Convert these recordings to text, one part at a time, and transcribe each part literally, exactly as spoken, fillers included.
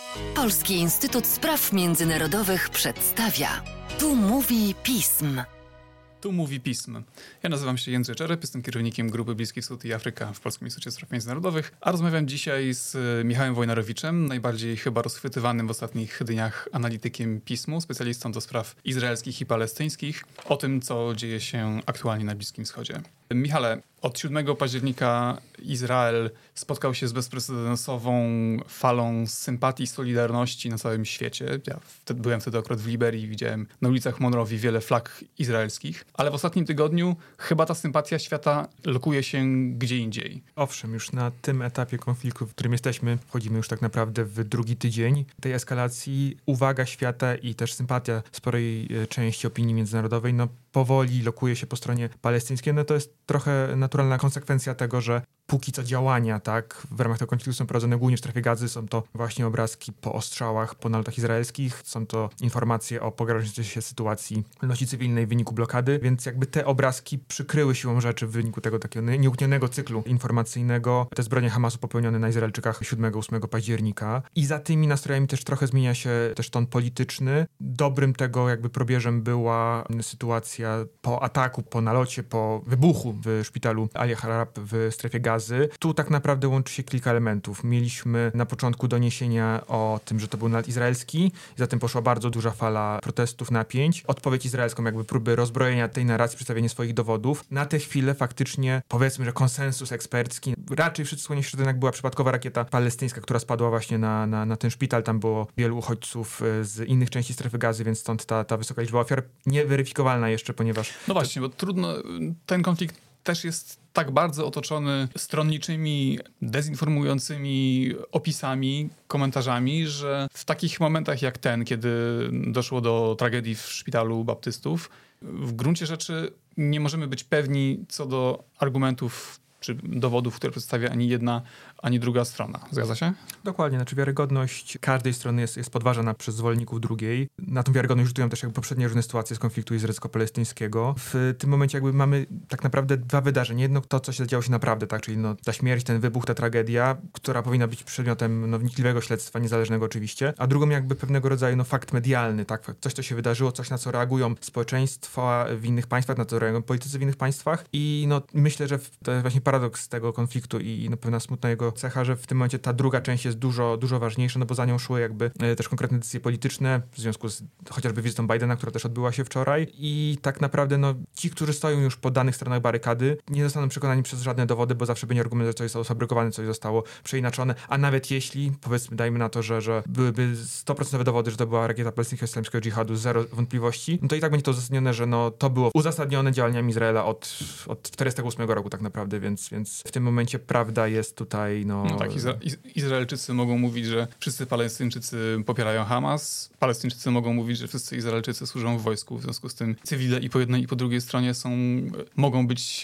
Polski Instytut Spraw Międzynarodowych przedstawia. Tu mówi pism. Tu mówi pism. Ja nazywam się Jędrzej Czerep, jestem kierownikiem Grupy Bliski Wschód i Afryka w Polskim Instytucie Spraw Międzynarodowych, a rozmawiam dzisiaj z Michałem Wojnarowiczem, najbardziej chyba rozchwytywanym w ostatnich dniach analitykiem pismu, specjalistą do spraw izraelskich i palestyńskich, o tym, co dzieje się aktualnie na Bliskim Wschodzie. Michale, od siódmego października Izrael spotkał się z bezprecedensową falą sympatii i solidarności na całym świecie. Ja wtedy, byłem wtedy akurat w Liberii i widziałem na ulicach Monrowi wiele flag izraelskich, ale w ostatnim tygodniu chyba ta sympatia świata lokuje się gdzie indziej. Owszem, już na tym etapie konfliktu, w którym jesteśmy, wchodzimy już tak naprawdę w drugi tydzień tej eskalacji. Uwaga świata i też sympatia sporej części opinii międzynarodowej no, powoli lokuje się po stronie palestyńskiej. No to jest trochę naturalna konsekwencja tego, że póki co działania, tak, w ramach tego konfliktu są prowadzone głównie w strefie Gazy. Są to właśnie obrazki po ostrzałach, po nalotach izraelskich. Są to informacje o pogarszającej się sytuacji ludności cywilnej w wyniku blokady, więc jakby te obrazki przykryły siłą rzeczy w wyniku tego takiego nieuknionego cyklu informacyjnego te zbrodnie Hamasu popełnione na Izraelczykach siódmego ósmego października. I za tymi nastrojami też trochę zmienia się też ton polityczny. Dobrym tego jakby probierzem była sytuacja po ataku, po nalocie, po wybuchu w szpitalu Ali Harab w strefie Gazy. Tu tak naprawdę łączy się kilka elementów. Mieliśmy na początku doniesienia o tym, że to był nalot izraelski i zatem poszła bardzo duża fala protestów, napięć. Odpowiedź izraelską, jakby próby rozbrojenia tej narracji, przedstawienie swoich dowodów. Na tę chwilę faktycznie powiedzmy, że konsensus ekspercki. Raczej wszyscy skłonią się, że to jednak była przypadkowa rakieta palestyńska, która spadła właśnie na, na, na ten szpital. Tam było wielu uchodźców z innych części strefy Gazy, więc stąd ta, ta wysoka liczba ofiar nieweryfikowalna jeszcze, ponieważ... No właśnie, bo trudno, ten konflikt też jest tak bardzo otoczony stronniczymi, dezinformującymi opisami, komentarzami, że w takich momentach jak ten, kiedy doszło do tragedii w szpitalu baptystów, w gruncie rzeczy nie możemy być pewni co do argumentów czy dowodów, które przedstawia ani jedna, ani druga strona. Zgadza się? Dokładnie. Znaczy wiarygodność każdej strony jest, jest podważana przez zwolenników drugiej. Na tą wiarygodność rzutują też jakby poprzednie różne sytuacje z konfliktu izraelsko-palestyńskiego. W tym momencie jakby mamy tak naprawdę dwa wydarzenia. Jedno to, co się działo się naprawdę, tak, czyli no, ta śmierć, ten wybuch, ta tragedia, która powinna być przedmiotem no, wnikliwego śledztwa, niezależnego oczywiście, a drugą jakby pewnego rodzaju no, fakt medialny, tak, coś, co się wydarzyło, coś, na co reagują społeczeństwa w innych państwach, na co reagują politycy w innych państwach i no, myślę, że to jest właśnie paradoks tego konfliktu i, i no, pewna smutna jego cecha, że w tym momencie ta druga część jest dużo, dużo ważniejsza, no bo za nią szły jakby e, też konkretne decyzje polityczne w związku z chociażby wizytą Bidena, która też odbyła się wczoraj i tak naprawdę no, ci, którzy stoją już po danych stronach barykady, nie zostaną przekonani przez żadne dowody, bo zawsze będzie argument, że coś zostało sfabrykowane, coś zostało przeinaczone, a nawet jeśli, powiedzmy, dajmy na to, że, że byłyby sto procent dowody, że to była rakieta palestyńskiego islamskiego dżihadu, zero wątpliwości, no to i tak będzie to uzasadnione, że no, to było uzasadnione działaniami Izraela od, od czterdziestego ósmego roku tak naprawdę, więc, więc w tym momencie prawda jest tutaj no... no tak, Izra- Izraelczycy mogą mówić, że wszyscy Palestyńczycy popierają Hamas, Palestyńczycy mogą mówić, że wszyscy Izraelczycy służą w wojsku, w związku z tym cywile i po jednej i po drugiej stronie są, mogą być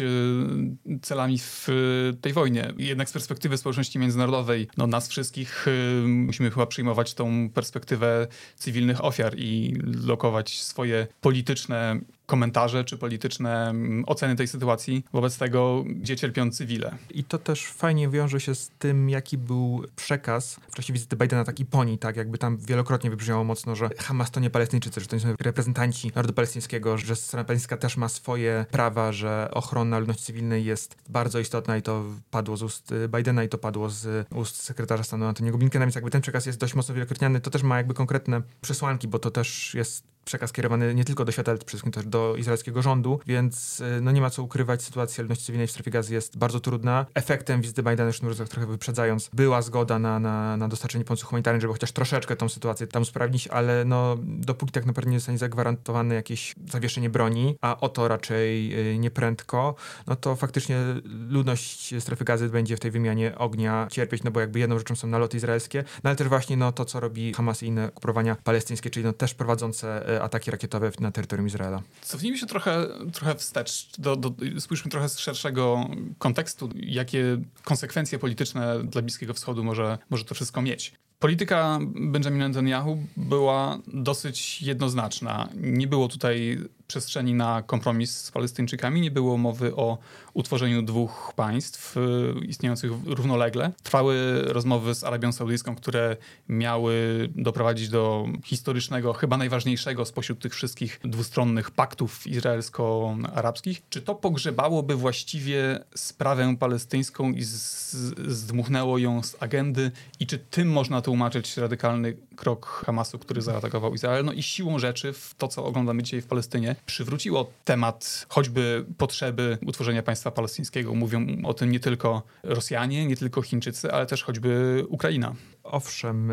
e, celami w e, tej wojnie. Jednak z perspektywy społeczności międzynarodowej, no nas wszystkich e, musimy chyba przyjmować tą perspektywę cywilnych ofiar i lokować swoje polityczne komentarze czy polityczne oceny tej sytuacji wobec tego, gdzie cierpią cywile. I to też fajnie wiąże się z tym, jaki był przekaz w czasie wizyty Bidena, tak i po niej, tak jakby tam wielokrotnie wybrzmiało mocno, że Hamas to nie Palestyńczycy, że to nie są reprezentanci narodu palestyńskiego, że strona palestyńska też ma swoje prawa, że ochrona ludności cywilnej jest bardzo istotna i to padło z ust Bidena i to padło z ust sekretarza stanu Antoniego Blinkena, więc jakby ten przekaz jest dość mocno wielokrotniany. To też ma jakby konkretne przesłanki, bo to też jest przekaz kierowany nie tylko do świata, ale przede wszystkim też do izraelskiego rządu, więc no nie ma co ukrywać, sytuacja ludności cywilnej w strefie Gazy jest bardzo trudna. Efektem wizyty Bidena, już trochę wyprzedzając, była zgoda na, na, na dostarczenie pomocy humanitarnej, żeby chociaż troszeczkę tą sytuację tam usprawnić, ale no dopóki tak naprawdę nie zostanie zagwarantowane jakieś zawieszenie broni, a o to raczej nieprędko, no to faktycznie ludność strefy Gazy będzie w tej wymianie ognia cierpieć, no bo jakby jedną rzeczą są naloty izraelskie, no ale też właśnie no to, co robi Hamas i inne ugrupowania palestyńskie, czyli no też prowadzące ataki rakietowe na terytorium Izraela. Cofnijmy się trochę, trochę wstecz. Do, do, spójrzmy trochę z szerszego kontekstu, jakie konsekwencje polityczne dla Bliskiego Wschodu może, może to wszystko mieć. Polityka Benjamina Netanyahu była dosyć jednoznaczna. Nie było tutaj przestrzeni na kompromis z Palestyńczykami, nie było mowy o utworzeniu dwóch państw y, istniejących równolegle. Trwały rozmowy z Arabią Saudyjską, które miały doprowadzić do historycznego, chyba najważniejszego spośród tych wszystkich dwustronnych paktów izraelsko-arabskich. Czy to pogrzebałoby właściwie sprawę palestyńską i z, zdmuchnęło ją z agendy? I czy tym można tłumaczyć radykalny krok Hamasu, który zaatakował Izrael? No i siłą rzeczy w to, co oglądamy dzisiaj w Palestynie, przywróciło temat choćby potrzeby utworzenia państwa palestyńskiego. Mówią o tym nie tylko Rosjanie, nie tylko Chińczycy, ale też choćby Ukraina. Owszem,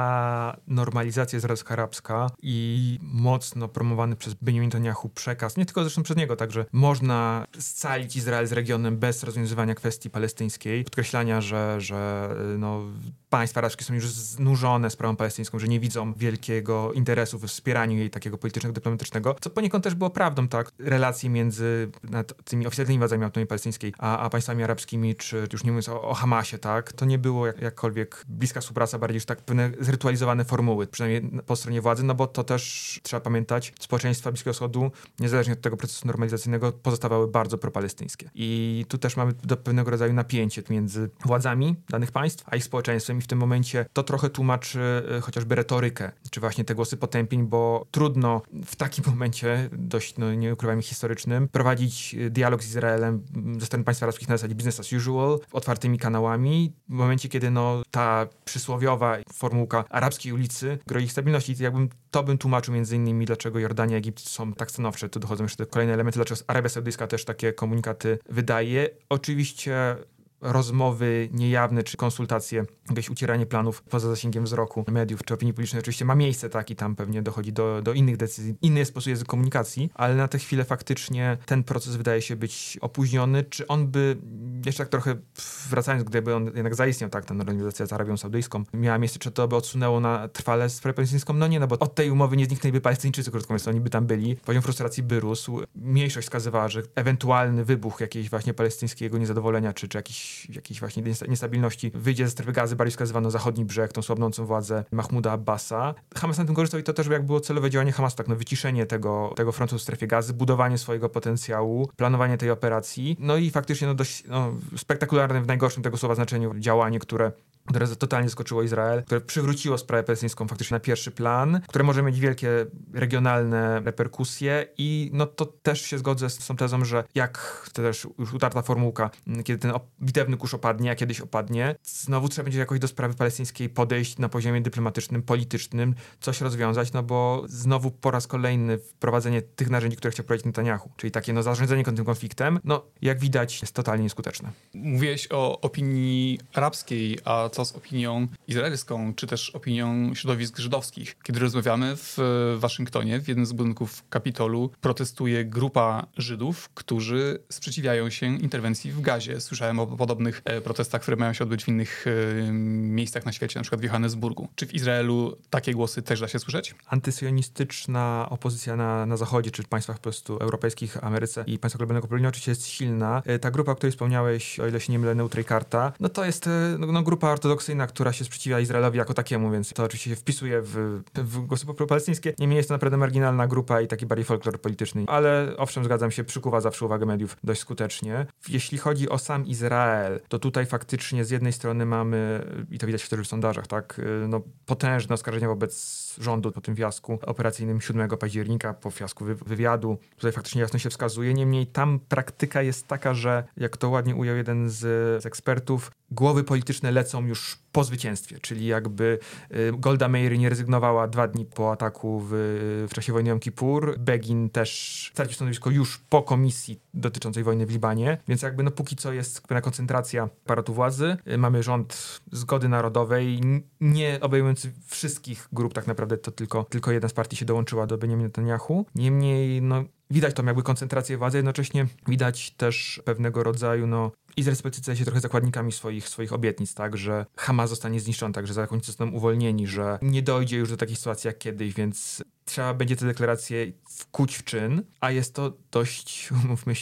ta normalizacja izraelsko-arabska i mocno promowany przez Benjamin Netanyahu przekaz, nie tylko zresztą przez niego, także można scalić Izrael z regionem bez rozwiązywania kwestii palestyńskiej, podkreślania, że, że no, państwa arabskie są już znużone sprawą palestyńską, że nie widzą wielkiego interesu we wspieraniu jej takiego politycznego, dyplomatycznego, co poniekąd też było prawdą, tak? Relacje między tymi oficjalnymi władzami autonomii palestyńskiej a, a państwami arabskimi, czy już nie mówiąc o, o Hamasie, tak? To nie było jak, jakkolwiek bliska współpraca, bardziej już tak pewne zrytualizowane formuły, przynajmniej po stronie władzy, no bo to też trzeba pamiętać, społeczeństwa Bliskiego Wschodu, niezależnie od tego procesu normalizacyjnego, pozostawały bardzo propalestyńskie. I tu też mamy do pewnego rodzaju napięcie między władzami danych państw, a ich społeczeństwem i w tym momencie to trochę tłumaczy chociażby retorykę, czy właśnie te głosy potępień, bo trudno w takim momencie, dość, no nie ukrywajmy, historycznym, prowadzić dialog z Izraelem ze strony państw arabskich na zasadzie business as usual, otwartymi kanałami, w momencie, kiedy no ta przysłowiowa formułka arabskiej ulicy groi ich stabilności. Jakbym to bym tłumaczył między innymi, dlaczego Jordania i Egipt są tak stanowcze. Tu dochodzą jeszcze kolejne elementy, dlaczego Arabia Saudyjska też takie komunikaty wydaje. Oczywiście rozmowy niejawne, czy konsultacje, jakieś ucieranie planów poza zasięgiem wzroku mediów, czy opinii publicznej oczywiście ma miejsce, tak, i tam pewnie dochodzi do, do innych decyzji. Inny jest sposób język komunikacji, ale na tę chwilę faktycznie ten proces wydaje się być opóźniony. Czy on by, jeszcze tak trochę wracając, gdyby on jednak zaistniał, tak, ta normalizacja z Arabią Saudyjską miała miejsce, czy to by odsunęło na trwale sprawę palestyńską? No nie, no bo od tej umowy nie zniknęliby Palestyńczycy, krótko mówiąc, oni by tam byli. Poziom frustracji by rósł. Mniejszość wskazywała, że ewentualny wybuch jakiejś właśnie palestyńskiego niezadowolenia, czy, czy jakiś jakiejś właśnie niestabilności wyjdzie ze strefy Gazy, bardziej wskazywano zachodni brzeg, tą słabnącą władzę Mahmuda Abbasa. Hamas na tym korzystał i to też jak było celowe działanie Hamasu, tak, no wyciszenie tego, tego frontu w strefie Gazy, budowanie swojego potencjału, planowanie tej operacji, no i faktycznie no dość no, spektakularne w najgorszym tego słowa znaczeniu działanie, które które totalnie zaskoczyło Izrael, które przywróciło sprawę palestyńską faktycznie na pierwszy plan, które może mieć wielkie regionalne reperkusje i no to też się zgodzę z tą tezą, że jak to też już utarta formułka, kiedy ten bitewny kurz opadnie, a kiedyś opadnie, znowu trzeba będzie jakoś do sprawy palestyńskiej podejść na poziomie dyplomatycznym, politycznym, coś rozwiązać, no bo znowu po raz kolejny wprowadzenie tych narzędzi, które chciał prowadzić Netanyahu, czyli takie no zarządzanie tym konfliktem, no jak widać jest totalnie nieskuteczne. Mówiłeś o opinii arabskiej, a co z opinią izraelską, czy też opinią środowisk żydowskich. Kiedy rozmawiamy w Waszyngtonie, w jednym z budynków Kapitolu, protestuje grupa Żydów, którzy sprzeciwiają się interwencji w Gazie. Słyszałem o podobnych protestach, które mają się odbyć w innych miejscach na świecie, na przykład w Johannesburgu. Czy w Izraelu takie głosy też da się słyszeć? Antysionistyczna opozycja na, na Zachodzie, czy w państwach po prostu europejskich, Ameryce i państwach globalnego południa oczywiście jest silna. Ta grupa, o której wspomniałeś, o ile się nie mylę, Neutral Karta, no to jest no, no, grupa ortodoksyjna, która się sprzeciwia Izraelowi jako takiemu, więc to oczywiście się wpisuje w, w głosy propalestyńskie. Niemniej jest to naprawdę marginalna grupa i taki bardziej folklor polityczny. Ale owszem, zgadzam się, przykuwa zawsze uwagę mediów dość skutecznie. Jeśli chodzi o sam Izrael, to tutaj faktycznie z jednej strony mamy, i to widać wtedy w sondażach, tak, no, potężne oskarżenia wobec rządu po tym fiasku operacyjnym siódmego października, po fiasku wy- wywiadu. Tutaj faktycznie jasno się wskazuje. Niemniej tam praktyka jest taka, że jak to ładnie ujął jeden z, z ekspertów, głowy polityczne lecą już po zwycięstwie, czyli jakby Golda Meir nie rezygnowała dwa dni po ataku w, w czasie wojny Jom Kippur. Begin też stracił stanowisko już po komisji dotyczącej wojny w Libanie, więc jakby no póki co jest pewna koncentracja aparatu władzy. Mamy rząd zgody narodowej, nie obejmujący wszystkich grup, tak naprawdę to tylko, tylko jedna z partii się dołączyła do Benjamina Netanyahu. Niemniej no widać tam jakby koncentrację władzy, jednocześnie widać też pewnego rodzaju, no, izraelscy stają się trochę zakładnikami swoich, swoich obietnic, tak, że Hamas zostanie zniszczony, tak, że zakonnicy zostaną uwolnieni, że nie dojdzie już do takiej sytuacji jak kiedyś, więc trzeba będzie te deklaracje wkuć w czyn, a jest to dość, umówmy się,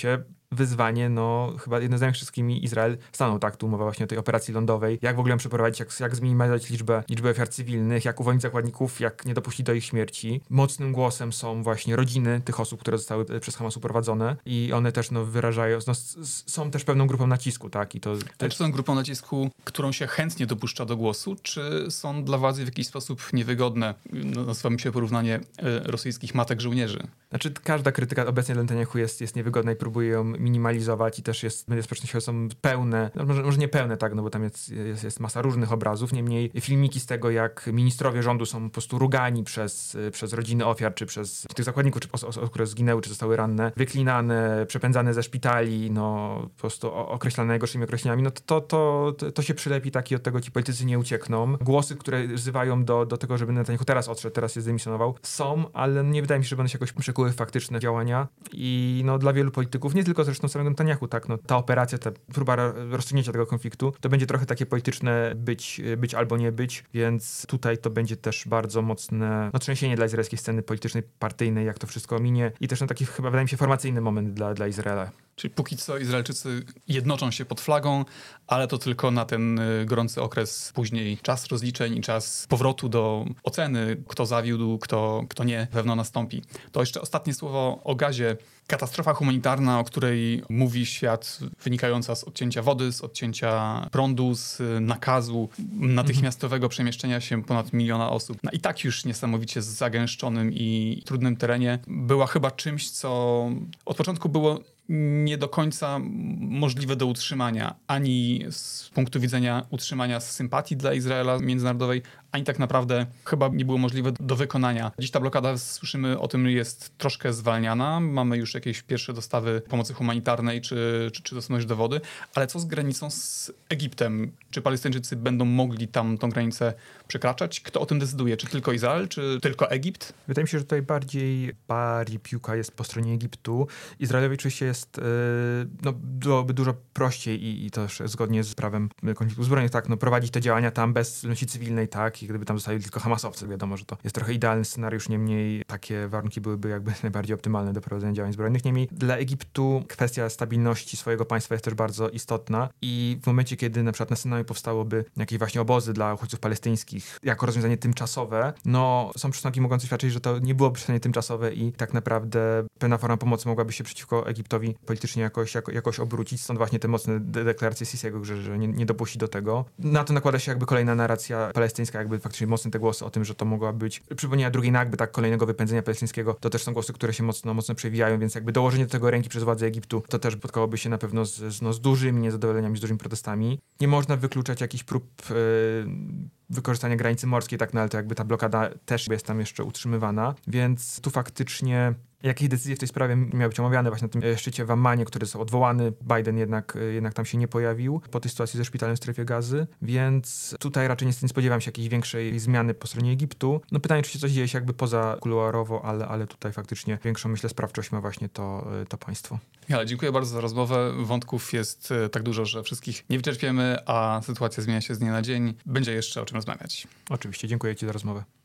wyzwanie, no chyba jedno z największych, z którymi Izrael stanął, tak, tu mowa właśnie o tej operacji lądowej, jak w ogóle ją przeprowadzić, jak, jak zminimalizować liczbę, liczbę ofiar cywilnych, jak uwolnić zakładników, jak nie dopuścić do ich śmierci. Mocnym głosem są właśnie rodziny tych osób, które zostały przez Hamas uprowadzone i one też no, wyrażają, no, s- s- są też pewną grupą nacisku, tak, i to... Ale czy są grupą nacisku, którą się chętnie dopuszcza do głosu, czy są dla władzy w jakiś sposób niewygodne? No, nazywa mi się porównanie e, rosyjskich matek żołnierzy. Znaczy każda krytyka obecnie dla Netanyahu jest, jest niewygodna i próbuje ją minimalizować i też jest, media społecznościowe są pełne, no może, może nie pełne, tak, no bo tam jest, jest, jest masa różnych obrazów, niemniej filmiki z tego, jak ministrowie rządu są po prostu rugani przez, przez rodziny ofiar, czy przez tych zakładników, czy osób, które zginęły, czy zostały ranne, wyklinane, przepędzane ze szpitali, no po prostu określane najgorszymi określeniami, no to, to, to, to się przylepi tak i od tego ci politycy nie uciekną. Głosy, które wzywają do, do tego, żeby Netanyahu teraz odszedł, teraz się zdymisjonował, są, ale nie wydaje mi się, żeby one się jakoś przekuły w faktyczne działania i no dla wielu polityków, nie tylko zresztą samego Netanyahu, tak, no ta operacja, ta próba rozstrzygnięcia tego konfliktu, to będzie trochę takie polityczne być, być albo nie być, więc tutaj to będzie też bardzo mocne no, trzęsienie dla izraelskiej sceny politycznej, partyjnej, jak to wszystko minie i też no, taki chyba, wydaje mi się, formacyjny moment dla, dla Izraela. Czyli póki co Izraelczycy jednoczą się pod flagą, ale to tylko na ten y, gorący okres. Później czas rozliczeń i czas powrotu do oceny, kto zawiódł, kto, kto nie, pewno nastąpi. To jeszcze ostatnie słowo o gazie. Katastrofa humanitarna, o której mówi świat, wynikająca z odcięcia wody, z odcięcia prądu, z nakazu natychmiastowego przemieszczenia się ponad miliona osób na i tak już niesamowicie zagęszczonym i trudnym terenie, była chyba czymś, co od początku było nie do końca możliwe do utrzymania, ani z punktu widzenia utrzymania sympatii dla Izraela międzynarodowej, ani tak naprawdę chyba nie było możliwe do wykonania. Dziś ta blokada, słyszymy o tym, jest troszkę zwalniana. Mamy już jakieś pierwsze dostawy pomocy humanitarnej czy, czy, czy dostępność do wody, ale co z granicą z Egiptem? Czy Palestyńczycy będą mogli tam tą granicę przekraczać? Kto o tym decyduje? Czy tylko Izrael, czy tylko Egipt? Wydaje mi się, że tutaj bardziej bardziej piłka jest po stronie Egiptu. Izraelowi oczywiście jest, no, byłoby dużo prościej i, i też zgodnie z prawem konfliktów zbrojnych, tak, no, prowadzić te działania tam bez ludności cywilnej, tak, i gdyby tam zostali tylko Hamasowcy, wiadomo, że to jest trochę idealny scenariusz, niemniej takie warunki byłyby jakby najbardziej optymalne do prowadzenia działań zbrojnych. Niemniej dla Egiptu kwestia stabilności swojego państwa jest też bardzo istotna i w momencie, kiedy na przykład na Synaju powstałoby jakieś właśnie obozy dla uchodźców palestyńskich jako rozwiązanie tymczasowe, no są przesłanki mogące świadczyć, że to nie byłoby rozwiązanie tymczasowe i tak naprawdę pewna forma pomocy mogłaby się przeciwko Egiptowi politycznie jakoś, jako, jakoś obrócić. Stąd właśnie te mocne de- deklaracje Sisiego, że, że nie, nie dopuści do tego. Na to nakłada się jakby kolejna narracja palestyńska, jakby faktycznie mocne te głosy o tym, że to mogła być przypomnienia drugiej Nakby, tak, kolejnego wypędzenia palestyńskiego. To też są głosy, które się mocno, mocno przewijają, więc jakby dołożenie do tego ręki przez władze Egiptu, to też spotkałoby się na pewno z, z, no, z dużymi niezadowoleniami, z dużymi protestami. Nie można wykluczać jakichś prób yy, wykorzystania granicy morskiej, tak, no ale to jakby ta blokada też jest tam jeszcze utrzymywana, więc tu faktycznie jakieś decyzje w tej sprawie miały być omawiane właśnie na tym szczycie w Ammanie, który został odwołany. Biden jednak, jednak tam się nie pojawił po tej sytuacji ze szpitalem w strefie Gazy, więc tutaj raczej niestety nie spodziewam się jakiejś większej zmiany po stronie Egiptu. No pytanie, czy się coś dzieje się jakby poza kuluarowo, ale, ale tutaj faktycznie większą, myślę, sprawczość ma właśnie to, to państwo. Ja, dziękuję bardzo za rozmowę. Wątków jest tak dużo, że wszystkich nie wyczerpiemy, a sytuacja zmienia się z dnia na dzień. Będzie jeszcze o czym rozmawiać. Oczywiście, dziękuję Ci za rozmowę.